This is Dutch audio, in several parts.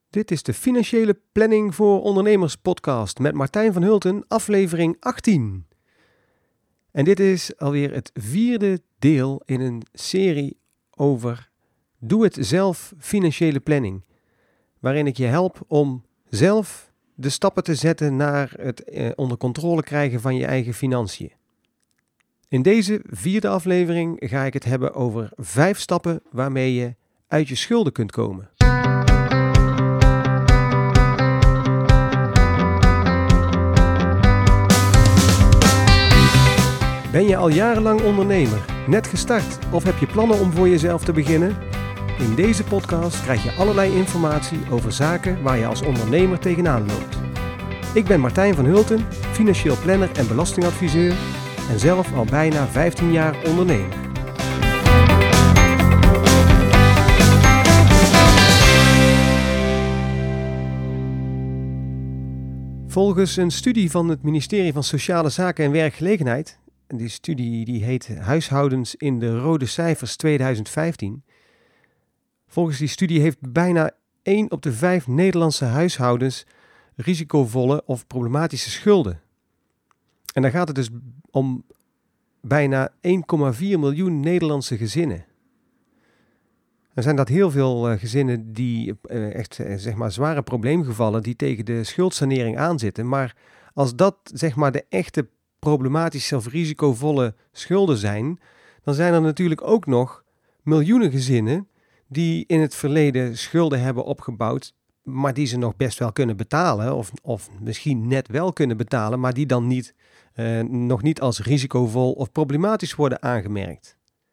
Dit is de Financiële Planning voor Ondernemers podcast met Martijn van Hulten, aflevering 18. En dit is alweer het 4e deel in een serie over Doe het zelf financiële planning. Waarin ik je help om zelf de stappen te zetten naar het onder controle krijgen van je eigen financiën. In deze 4e aflevering ga ik het hebben over 5 stappen waarmee je uit je schulden kunt komen. Ben je al jarenlang ondernemer, net gestart of heb je plannen om voor jezelf te beginnen? In deze podcast krijg je allerlei informatie over zaken waar je als ondernemer tegenaan loopt. Ik ben Martijn van Hulten, financieel planner en belastingadviseur en zelf al bijna 15 jaar ondernemer. Volgens een studie van het ministerie van Sociale Zaken en Werkgelegenheid, die studie die heet Huishoudens in de Rode Cijfers 2015. Volgens die studie heeft bijna 1 op de 5 Nederlandse huishoudens risicovolle of problematische schulden. En dan gaat het dus om bijna 1,4 miljoen Nederlandse gezinnen. Er zijn dat heel veel gezinnen die echt zware probleemgevallen die tegen de schuldsanering aanzitten. Maar als dat de echte problematische of risicovolle schulden zijn, dan zijn er natuurlijk ook nog miljoenen gezinnen die in het verleden schulden hebben opgebouwd, maar die ze nog best wel kunnen betalen of misschien net wel kunnen betalen, maar die dan nog niet als risicovol of problematisch worden aangemerkt.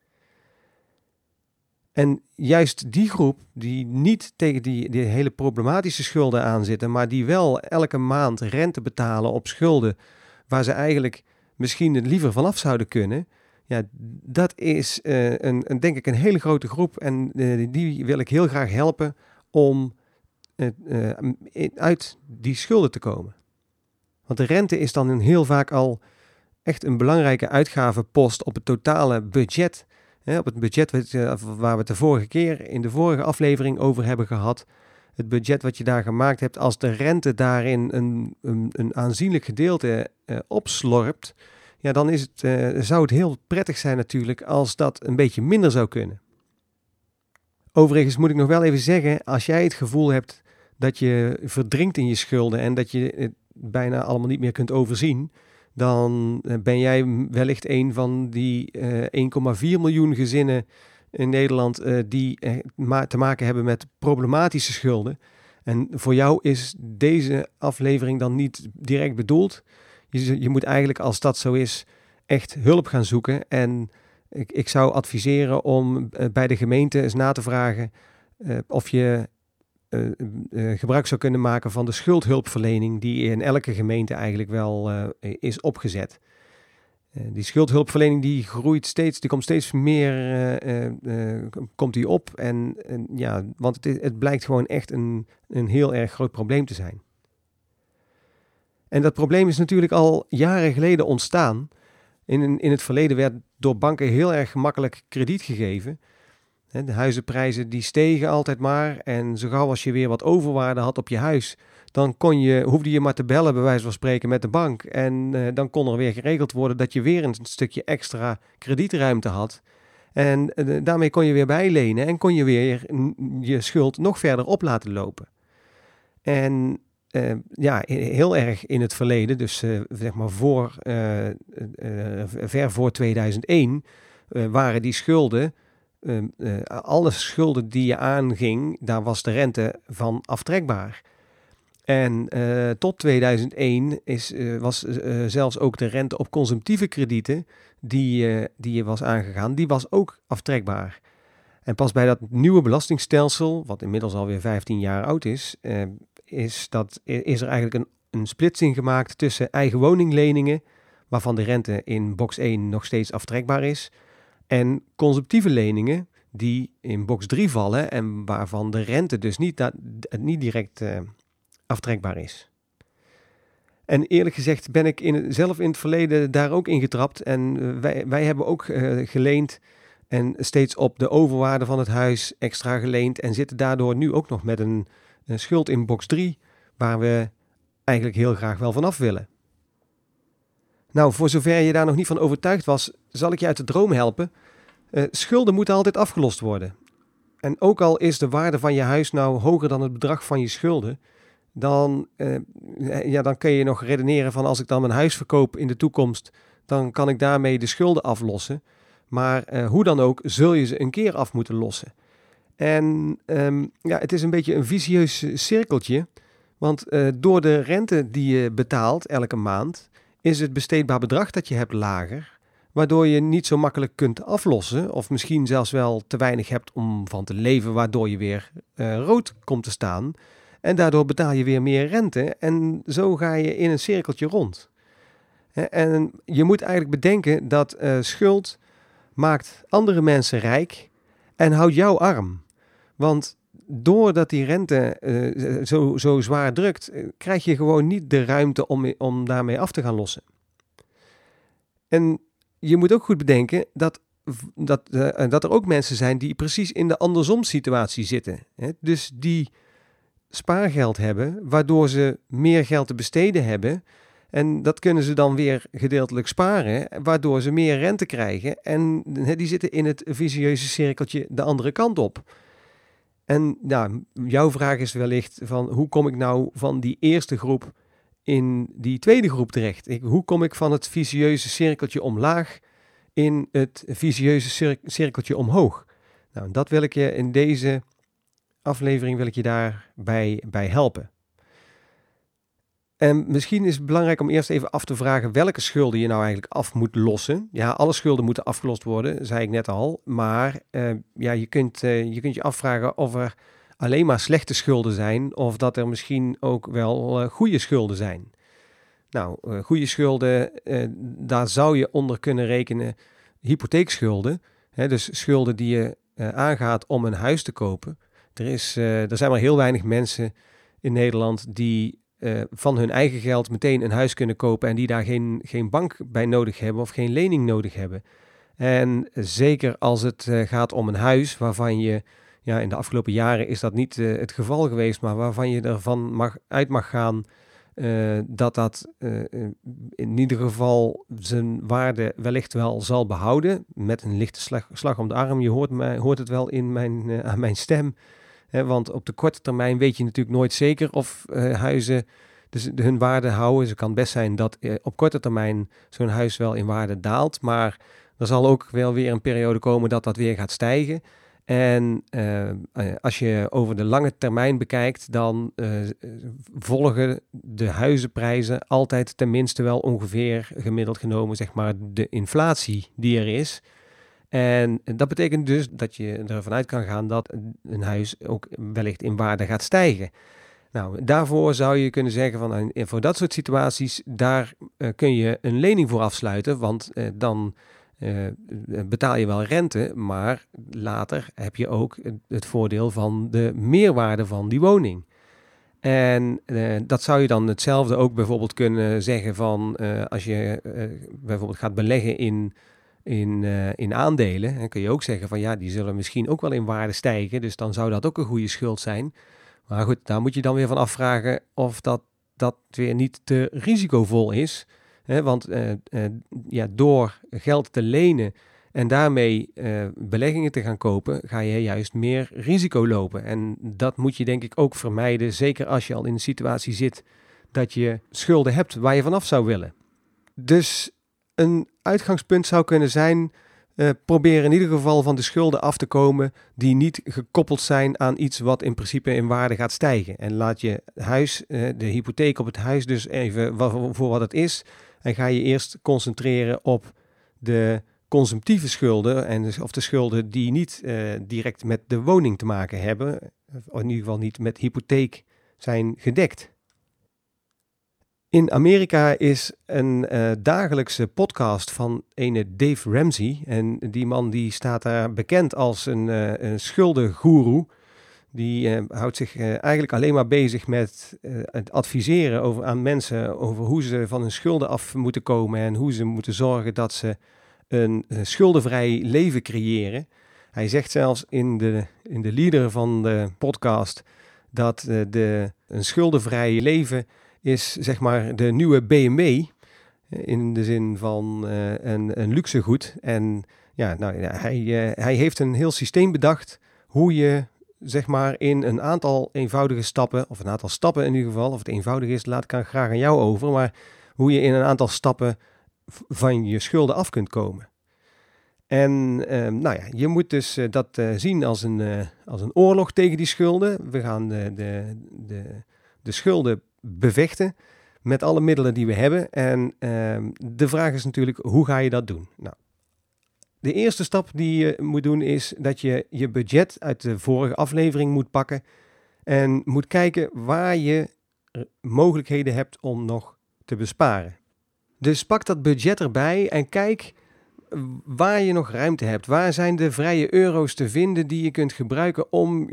En juist die groep die niet tegen die hele problematische schulden aanzitten, maar die wel elke maand rente betalen op schulden waar ze eigenlijk misschien het liever vanaf zouden kunnen, ja, dat is denk ik een hele grote groep en die wil ik heel graag helpen om uit die schulden te komen. Want de rente is dan heel vaak al echt een belangrijke uitgavenpost op het totale budget. Op het budget waar we het de vorige keer in de vorige aflevering over hebben gehad. Het budget wat je daar gemaakt hebt, als de rente daarin een aanzienlijk gedeelte opslorpt, ja, dan zou het heel prettig zijn natuurlijk als dat een beetje minder zou kunnen. Overigens moet ik nog wel even zeggen, als jij het gevoel hebt dat je verdrinkt in je schulden en dat je het bijna allemaal niet meer kunt overzien, dan ben jij wellicht een van die 1,4 miljoen gezinnen in Nederland die te maken hebben met problematische schulden. En voor jou is deze aflevering dan niet direct bedoeld. Je moet eigenlijk, als dat zo is, echt hulp gaan zoeken. En ik zou adviseren om bij de gemeente eens na te vragen of je gebruik zou kunnen maken van de schuldhulpverlening die in elke gemeente eigenlijk wel is opgezet. Die schuldhulpverlening die komt steeds meer komt die op. Want het blijkt gewoon echt een heel erg groot probleem te zijn. En dat probleem is natuurlijk al jaren geleden ontstaan. In het verleden werd door banken heel erg gemakkelijk krediet gegeven. De huizenprijzen die stegen altijd maar. En zo gauw als je weer wat overwaarde had op je huis, dan hoefde je maar te bellen bij wijze van spreken met de bank. En dan kon er weer geregeld worden dat je weer een stukje extra kredietruimte had. En daarmee kon je weer bijlenen en kon je weer je schuld nog verder op laten lopen. En heel erg in het verleden, dus ver voor 2001, waren die schulden, alle schulden die je aanging, daar was de rente van aftrekbaar. En tot 2001 was zelfs ook de rente op consumptieve kredieten die je was aangegaan, die was ook aftrekbaar. En pas bij dat nieuwe belastingstelsel, wat inmiddels alweer 15 jaar oud is er eigenlijk een splitsing gemaakt tussen eigen woningleningen, waarvan de rente in box 1 nog steeds aftrekbaar is, en consumptieve leningen die in box 3 vallen en waarvan de rente dus niet direct aftrekbaar is. En eerlijk gezegd ben ik zelf in het verleden daar ook in getrapt. En wij hebben ook geleend en steeds op de overwaarde van het huis extra geleend. En zitten daardoor nu ook nog met een schuld in box 3, waar we eigenlijk heel graag wel vanaf willen. Nou, voor zover je daar nog niet van overtuigd was, zal ik je uit de droom helpen. Schulden moeten altijd afgelost worden. En ook al is de waarde van je huis nou hoger dan het bedrag van je schulden, dan kun je nog redeneren van als ik dan mijn huis verkoop in de toekomst, dan kan ik daarmee de schulden aflossen. Maar hoe dan ook, zul je ze een keer af moeten lossen. En het is een beetje een vicieus cirkeltje, want door de rente die je betaalt elke maand, is het besteedbaar bedrag dat je hebt lager, waardoor je niet zo makkelijk kunt aflossen of misschien zelfs wel te weinig hebt om van te leven, waardoor je weer rood komt te staan. En daardoor betaal je weer meer rente en zo ga je in een cirkeltje rond. En je moet eigenlijk bedenken dat schuld maakt andere mensen rijk en houdt jou arm. Want doordat die rente zo zwaar drukt, krijg je gewoon niet de ruimte om daarmee af te gaan lossen. En je moet ook goed bedenken dat er ook mensen zijn die precies in de andersom situatie zitten. Dus die spaargeld hebben, waardoor ze meer geld te besteden hebben. En dat kunnen ze dan weer gedeeltelijk sparen, waardoor ze meer rente krijgen. En die zitten in het vicieuze cirkeltje de andere kant op. En jouw vraag is wellicht van hoe kom ik nou van die eerste groep in die tweede groep terecht? Hoe kom ik van het vicieuze cirkeltje omlaag in het vicieuze cirkeltje omhoog? Nou, dat wil ik je in deze aflevering daarbij helpen. En misschien is het belangrijk om eerst even af te vragen welke schulden je nou eigenlijk af moet lossen. Ja, alle schulden moeten afgelost worden, zei ik net al. Maar je kunt je afvragen of er alleen maar slechte schulden zijn of dat er misschien ook wel goede schulden zijn. Nou, goede schulden, daar zou je onder kunnen rekenen hypotheekschulden. Dus schulden die je aangaat om een huis te kopen. Er zijn maar heel weinig mensen in Nederland die van hun eigen geld meteen een huis kunnen kopen en die daar geen bank bij nodig hebben of geen lening nodig hebben. En zeker als het gaat om een huis waarvan je, in de afgelopen jaren is dat niet het geval geweest, maar waarvan je ervan uit mag gaan dat in ieder geval zijn waarde wellicht wel zal behouden. Met een lichte slag om de arm. Je hoort het wel aan mijn stem. Want op de korte termijn weet je natuurlijk nooit zeker of huizen dus hun waarde houden. Dus het kan best zijn dat op korte termijn zo'n huis wel in waarde daalt. Maar er zal ook wel weer een periode komen dat weer gaat stijgen. En als je over de lange termijn bekijkt, dan volgen de huizenprijzen altijd tenminste wel ongeveer gemiddeld genomen, zeg maar, de inflatie die er is. En dat betekent dus dat je ervan uit kan gaan dat een huis ook wellicht in waarde gaat stijgen. Nou, daarvoor zou je kunnen zeggen van voor dat soort situaties, daar kun je een lening voor afsluiten, want dan betaal je wel rente, maar later heb je ook het voordeel van de meerwaarde van die woning. En dat zou je dan hetzelfde ook bijvoorbeeld kunnen zeggen van als je bijvoorbeeld gaat beleggen in aandelen, dan kun je ook zeggen van die zullen misschien ook wel in waarde stijgen, dus dan zou dat ook een goede schuld zijn. Maar goed, daar moet je dan weer van afvragen of dat weer niet te risicovol is. Want door geld te lenen en daarmee beleggingen te gaan kopen, ga je juist meer risico lopen. En dat moet je denk ik ook vermijden, zeker als je al in een situatie zit dat je schulden hebt waar je vanaf zou willen. Dus een uitgangspunt zou kunnen zijn, probeer in ieder geval van de schulden af te komen die niet gekoppeld zijn aan iets wat in principe in waarde gaat stijgen. En laat je huis, de hypotheek op het huis dus even voor wat het is. En ga je eerst concentreren op de consumptieve schulden, of de schulden die niet direct met de woning te maken hebben, of in ieder geval niet met hypotheek zijn gedekt. In Amerika is een dagelijkse podcast van ene Dave Ramsey. En die man die staat daar bekend als een schuldengoeroe. Die houdt zich eigenlijk alleen maar bezig met het adviseren aan mensen over hoe ze van hun schulden af moeten komen en hoe ze moeten zorgen dat ze een schuldenvrij leven creëren. Hij zegt zelfs in de leader van de podcast dat een schuldenvrij leven is zeg maar de nieuwe BMW. In de zin van een luxegoed. En ja, nou, hij heeft een heel systeem bedacht hoe je zeg maar in een aantal eenvoudige stappen, of een aantal stappen in ieder geval, of het eenvoudig is, laat ik graag aan jou over, maar hoe je in een aantal stappen van je schulden af kunt komen. En nou ja, je moet dus dat zien als een oorlog tegen die schulden. We gaan de schulden bevechten met alle middelen die we hebben. En de vraag is natuurlijk, hoe ga je dat doen? Nou, de eerste stap die je moet doen is dat je je budget uit de vorige aflevering moet pakken en moet kijken waar je mogelijkheden hebt om nog te besparen. Dus pak dat budget erbij en kijk waar je nog ruimte hebt. Waar zijn de vrije euro's te vinden die je kunt gebruiken om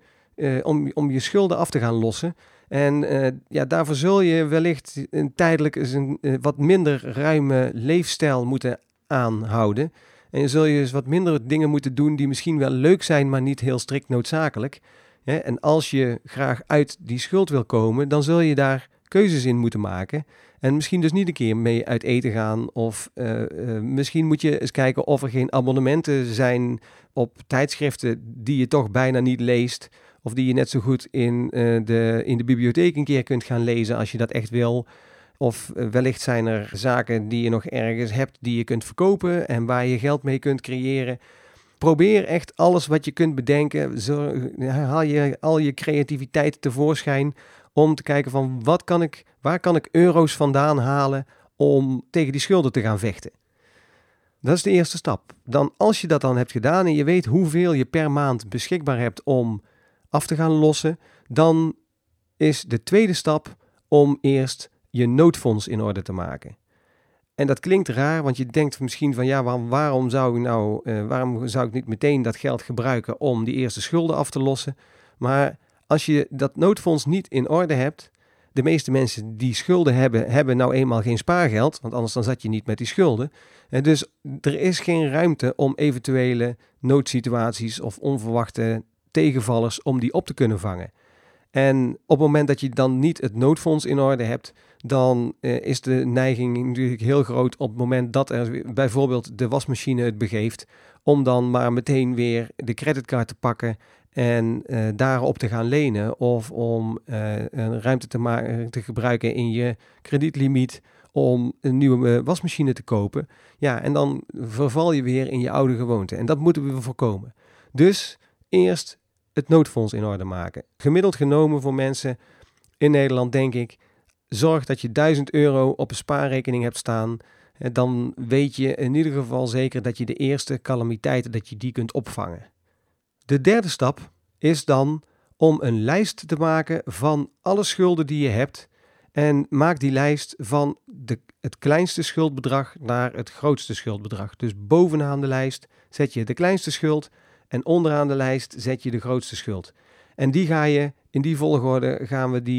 je schulden af te gaan lossen? En daarvoor zul je wellicht tijdelijk eens een wat minder ruime leefstijl moeten aanhouden. En zul je eens wat minder dingen moeten doen die misschien wel leuk zijn, maar niet heel strikt noodzakelijk. En als je graag uit die schuld wil komen, dan zul je daar keuzes in moeten maken. En misschien dus niet een keer mee uit eten gaan. Of misschien moet je eens kijken of er geen abonnementen zijn op tijdschriften die je toch bijna niet leest. Of die je net zo goed in de bibliotheek een keer kunt gaan lezen als je dat echt wil. Of wellicht zijn er zaken die je nog ergens hebt die je kunt verkopen en waar je geld mee kunt creëren. Probeer echt alles wat je kunt bedenken. Haal je al je creativiteit tevoorschijn om te kijken van waar kan ik euro's vandaan halen om tegen die schulden te gaan vechten. Dat is de eerste stap. Dan als je dat dan hebt gedaan en je weet hoeveel je per maand beschikbaar hebt om af te gaan lossen, dan is de tweede stap om eerst je noodfonds in orde te maken. En dat klinkt raar, want je denkt misschien van ja, waarom zou ik niet meteen dat geld gebruiken om die eerste schulden af te lossen? Maar als je dat noodfonds niet in orde hebt, de meeste mensen die schulden hebben nou eenmaal geen spaargeld, want anders dan zat je niet met die schulden. En dus er is geen ruimte om eventuele noodsituaties of onverwachte tegenvallers om die op te kunnen vangen. En op het moment dat je dan niet het noodfonds in orde hebt, dan is de neiging natuurlijk heel groot op het moment dat er bijvoorbeeld de wasmachine het begeeft, om dan maar meteen weer de creditcard te pakken en daarop te gaan lenen of om een ruimte te gebruiken in je kredietlimiet om een nieuwe wasmachine te kopen. Ja, en dan verval je weer in je oude gewoonte. En dat moeten we voorkomen. Dus eerst het noodfonds in orde maken. Gemiddeld genomen voor mensen in Nederland denk ik, zorg dat je €1000 op een spaarrekening hebt staan. Dan weet je in ieder geval zeker dat je de eerste calamiteiten dat je die kunt opvangen. De derde stap is dan om een lijst te maken van alle schulden die je hebt. En maak die lijst van het kleinste schuldbedrag naar het grootste schuldbedrag. Dus bovenaan de lijst zet je de kleinste schuld en onderaan de lijst zet je de grootste schuld. En die ga je, in die volgorde gaan we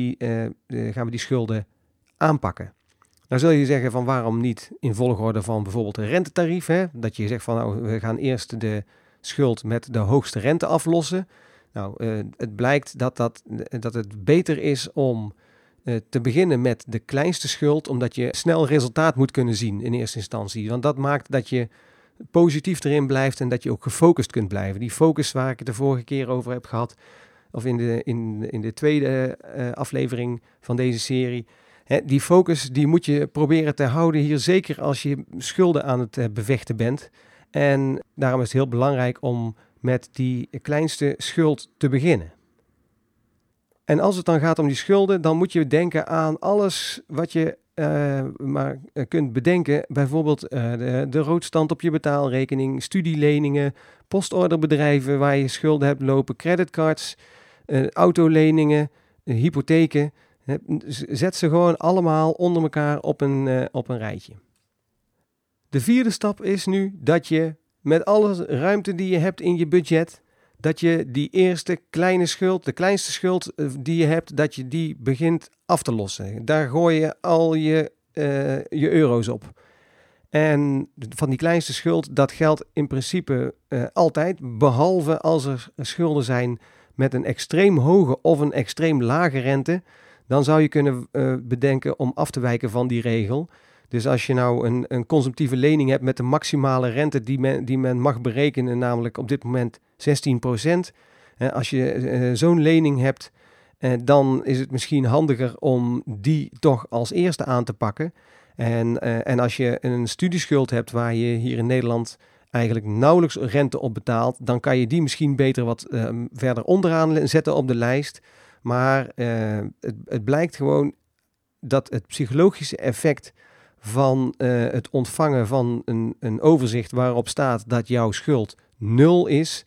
die schulden aanpakken. Nou zul je zeggen van waarom niet in volgorde van bijvoorbeeld een rentetarief. Hè? Dat je zegt van nou we gaan eerst de schuld met de hoogste rente aflossen. Nou, het blijkt dat het beter is om te beginnen met de kleinste schuld, omdat je snel resultaat moet kunnen zien in eerste instantie. Want dat maakt dat je positief erin blijft en dat je ook gefocust kunt blijven. Die focus waar ik het de vorige keer over heb gehad, of in de tweede aflevering van deze serie. Die focus die moet je proberen te houden hier, zeker als je schulden aan het bevechten bent. En daarom is het heel belangrijk om met die kleinste schuld te beginnen. En als het dan gaat om die schulden, dan moet je denken aan alles wat je maar kunt bedenken. Bijvoorbeeld de roodstand op je betaalrekening, studieleningen, postorderbedrijven waar je schulden hebt lopen, creditcards, autoleningen, hypotheken. Zet ze gewoon allemaal onder elkaar op een rijtje. De vierde stap is nu dat je met alle ruimte die je hebt in je budget, dat je die eerste kleine schuld, de kleinste schuld die je hebt, dat je die begint af te lossen. Daar gooi je al je euro's op. En van die kleinste schuld, dat geldt in principe altijd, behalve als er schulden zijn met een extreem hoge of een extreem lage rente, dan zou je kunnen bedenken om af te wijken van die regel. Dus als je nou een consumptieve lening hebt met de maximale rente die men mag berekenen, namelijk op dit moment 16%. Als je zo'n lening hebt, dan is het misschien handiger om die toch als eerste aan te pakken. En als je een studieschuld hebt waar je hier in Nederland eigenlijk nauwelijks rente op betaalt, dan kan je die misschien beter wat verder onderaan zetten op de lijst. Maar het blijkt gewoon dat het psychologische effect van het ontvangen van een overzicht waarop staat dat jouw schuld 0 is,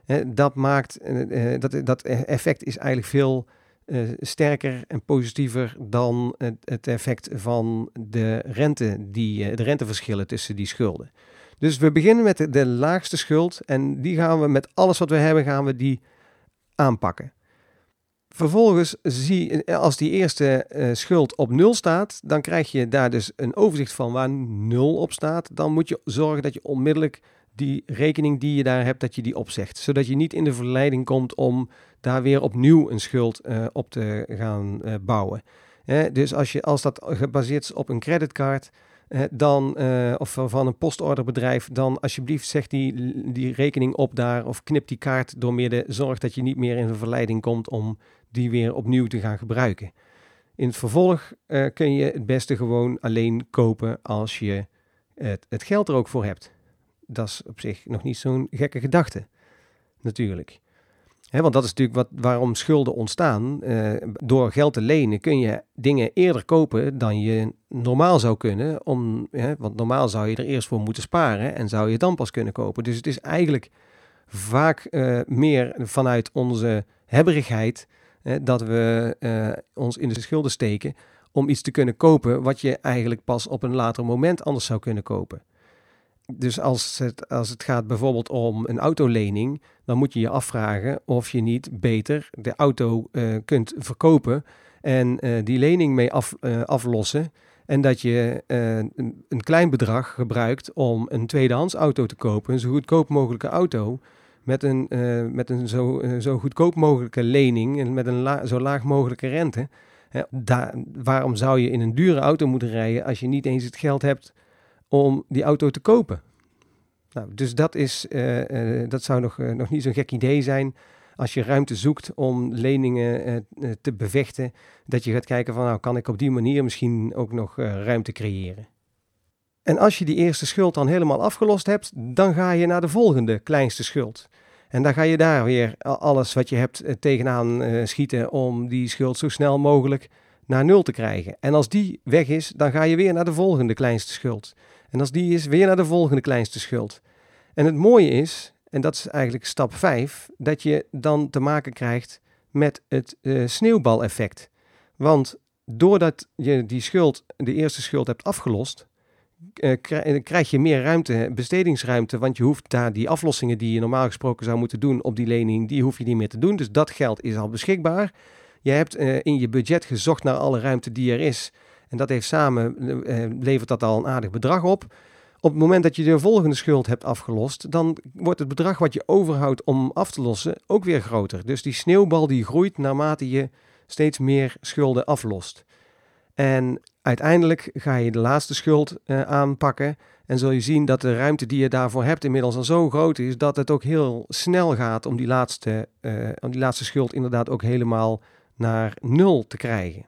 dat effect is eigenlijk veel sterker en positiever dan het effect van de renteverschillen tussen die schulden. Dus we beginnen met de laagste schuld en die gaan we met alles wat we hebben, gaan we die aanpakken. Vervolgens als die eerste schuld op 0 staat, dan krijg je daar dus een overzicht van waar 0 op staat. Dan moet je zorgen dat je onmiddellijk die rekening die je daar hebt, dat je die opzegt. Zodat je niet in de verleiding komt om daar weer opnieuw een schuld op te gaan bouwen. Dus als dat gebaseerd is op een creditcard, of van een postorderbedrijf, dan alsjeblieft zeg die rekening op daar of knip die kaart door midden. Zorg dat je niet meer in de verleiding komt om die weer opnieuw te gaan gebruiken. In het vervolg kun je het beste gewoon alleen kopen als je het geld er ook voor hebt. Dat is op zich nog niet zo'n gekke gedachte, natuurlijk. Want dat is natuurlijk waarom schulden ontstaan. Door geld te lenen kun je dingen eerder kopen dan je normaal zou kunnen. Want normaal zou je er eerst voor moeten sparen en zou je het dan pas kunnen kopen. Dus het is eigenlijk vaak meer vanuit onze hebberigheid dat we ons in de schulden steken om iets te kunnen kopen wat je eigenlijk pas op een later moment anders zou kunnen kopen. Dus als het gaat bijvoorbeeld om een autolening, dan moet je je afvragen of je niet beter de auto kunt verkopen en die lening mee aflossen. En dat je een klein bedrag gebruikt om een tweedehands auto te kopen, een zo goedkoop mogelijke auto, met een zo goedkoop mogelijke lening en met een zo laag mogelijke rente. Waarom zou je in een dure auto moeten rijden als je niet eens het geld hebt om die auto te kopen? Nou, dus dat zou nog niet zo'n gek idee zijn als je ruimte zoekt om leningen te bevechten, dat je gaat kijken van kan ik op die manier misschien ook nog ruimte creëren. En als je die eerste schuld dan helemaal afgelost hebt, dan ga je naar de volgende kleinste schuld. En dan ga je daar weer alles wat je hebt tegenaan schieten om die schuld zo snel mogelijk naar 0 te krijgen. En als die weg is, dan ga je weer naar de volgende kleinste schuld. En als die is, weer naar de volgende kleinste schuld. En het mooie is, en dat is eigenlijk stap 5, dat je dan te maken krijgt met het sneeuwbaleffect. Want doordat je de eerste schuld hebt afgelost, krijg je meer ruimte, bestedingsruimte, want je hoeft daar die aflossingen die je normaal gesproken zou moeten doen op die lening, die hoef je niet meer te doen. Dus dat geld is al beschikbaar. Je hebt in je budget gezocht naar alle ruimte die er is. En dat heeft levert dat al een aardig bedrag op. Op het moment dat je de volgende schuld hebt afgelost, dan wordt het bedrag wat je overhoudt om af te lossen ook weer groter. Dus die sneeuwbal die groeit naarmate je steeds meer schulden aflost. En uiteindelijk ga je de laatste schuld aanpakken en zul je zien dat de ruimte die je daarvoor hebt inmiddels al zo groot is dat het ook heel snel gaat om die laatste schuld inderdaad ook helemaal naar 0 te krijgen.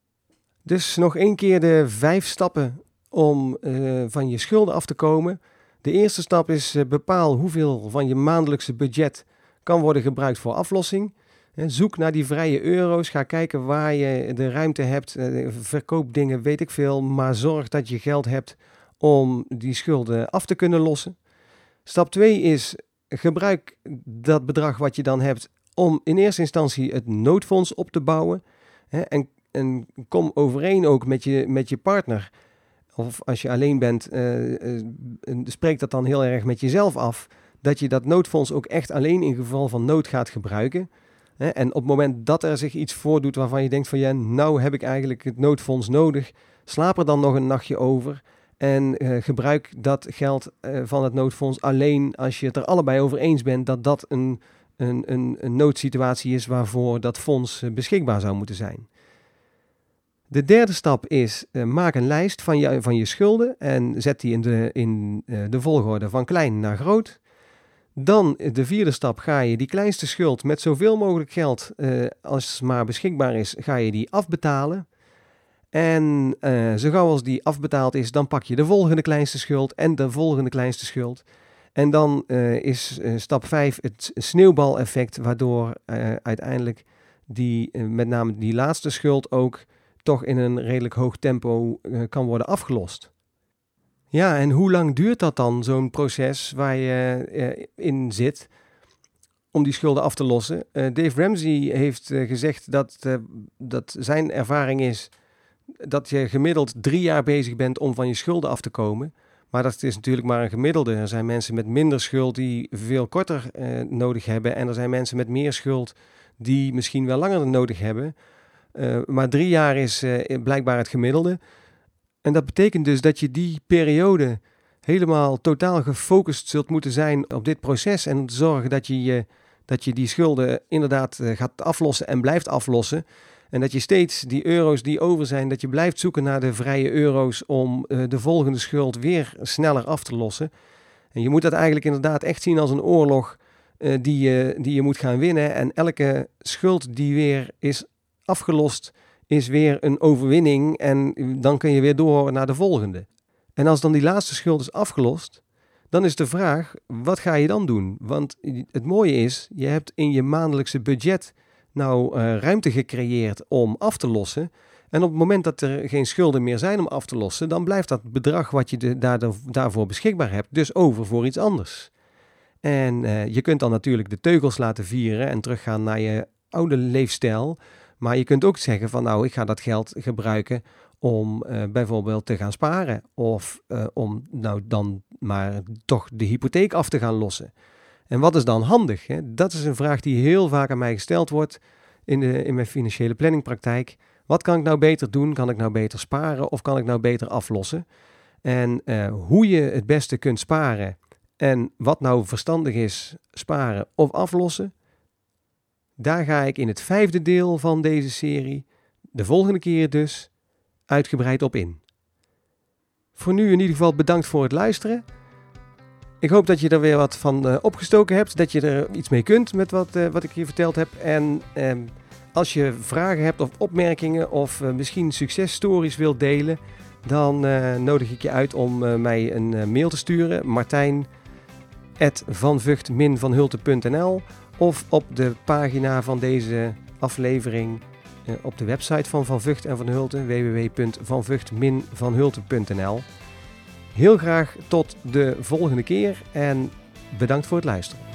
Dus nog 1 keer de 5 stappen om van je schulden af te komen. De eerste stap is bepaal hoeveel van je maandelijkse budget kan worden gebruikt voor aflossing. Zoek naar die vrije euro's. Ga kijken waar je de ruimte hebt. Verkoop dingen, weet ik veel. Maar zorg dat je geld hebt om die schulden af te kunnen lossen. Stap 2 is gebruik dat bedrag wat je dan hebt om in eerste instantie het noodfonds op te bouwen. En kom overeen ook met je partner. Of als je alleen bent, spreek dat dan heel erg met jezelf af. Dat je dat noodfonds ook echt alleen in geval van nood gaat gebruiken. En op het moment dat er zich iets voordoet waarvan je denkt van ja, nou heb ik eigenlijk het noodfonds nodig. Slaap er dan nog een nachtje over. En gebruik dat geld van het noodfonds alleen als je het er allebei over eens bent dat dat een noodsituatie is waarvoor dat fonds beschikbaar zou moeten zijn. De derde stap is, maak een lijst van je schulden en zet die in de volgorde van klein naar groot. Dan de vierde stap, ga je die kleinste schuld met zoveel mogelijk geld als maar beschikbaar is, ga je die afbetalen. En zo gauw als die afbetaald is, dan pak je de volgende kleinste schuld en de volgende kleinste schuld. En dan is stap 5 het sneeuwbaleffect, waardoor uiteindelijk met name die laatste schuld ook toch in een redelijk hoog tempo kan worden afgelost. Ja, en hoe lang duurt dat dan, zo'n proces waar je in zit om die schulden af te lossen? Dave Ramsey heeft gezegd dat zijn ervaring is dat je gemiddeld 3 jaar bezig bent om van je schulden af te komen. Maar dat is natuurlijk maar een gemiddelde. Er zijn mensen met minder schuld die veel korter nodig hebben. En er zijn mensen met meer schuld die misschien wel langer nodig hebben. Maar 3 jaar is blijkbaar het gemiddelde. En dat betekent dus dat je die periode helemaal totaal gefocust zult moeten zijn op dit proces. En om te zorgen dat je die schulden inderdaad gaat aflossen en blijft aflossen. En dat je steeds die euro's die over zijn, dat je blijft zoeken naar de vrije euro's om de volgende schuld weer sneller af te lossen. En je moet dat eigenlijk inderdaad echt zien als een oorlog die je moet gaan winnen. En elke schuld die weer is afgelost, is weer een overwinning en dan kun je weer door naar de volgende. En als dan die laatste schuld is afgelost, dan is de vraag, wat ga je dan doen? Want het mooie is, je hebt in je maandelijkse budget ruimte gecreëerd om af te lossen. En op het moment dat er geen schulden meer zijn om af te lossen, dan blijft dat bedrag wat je daarvoor beschikbaar hebt dus over voor iets anders. En je kunt dan natuurlijk de teugels laten vieren en teruggaan naar je oude leefstijl. Maar je kunt ook zeggen van ik ga dat geld gebruiken om bijvoorbeeld te gaan sparen. Of om dan maar toch de hypotheek af te gaan lossen. En wat is dan handig? Hè? Dat is een vraag die heel vaak aan mij gesteld wordt in mijn financiële planningpraktijk. Wat kan ik nou beter doen? Kan ik nou beter sparen of kan ik nou beter aflossen? En hoe je het beste kunt sparen en wat nou verstandig is, sparen of aflossen, daar ga ik in het 5e deel van deze serie, de volgende keer dus, uitgebreid op in. Voor nu in ieder geval bedankt voor het luisteren. Ik hoop dat je er weer wat van opgestoken hebt, dat je er iets mee kunt met wat ik hier verteld heb. En als je vragen hebt of opmerkingen of misschien successtories wilt delen, dan nodig ik je uit om mij een mail te sturen, martijn@vanvucht-vanhulte.nl of op de pagina van deze aflevering op de website van Van Vught en Van Hulte, www.vanvucht-vanhulte.nl. Heel graag tot de volgende keer en bedankt voor het luisteren.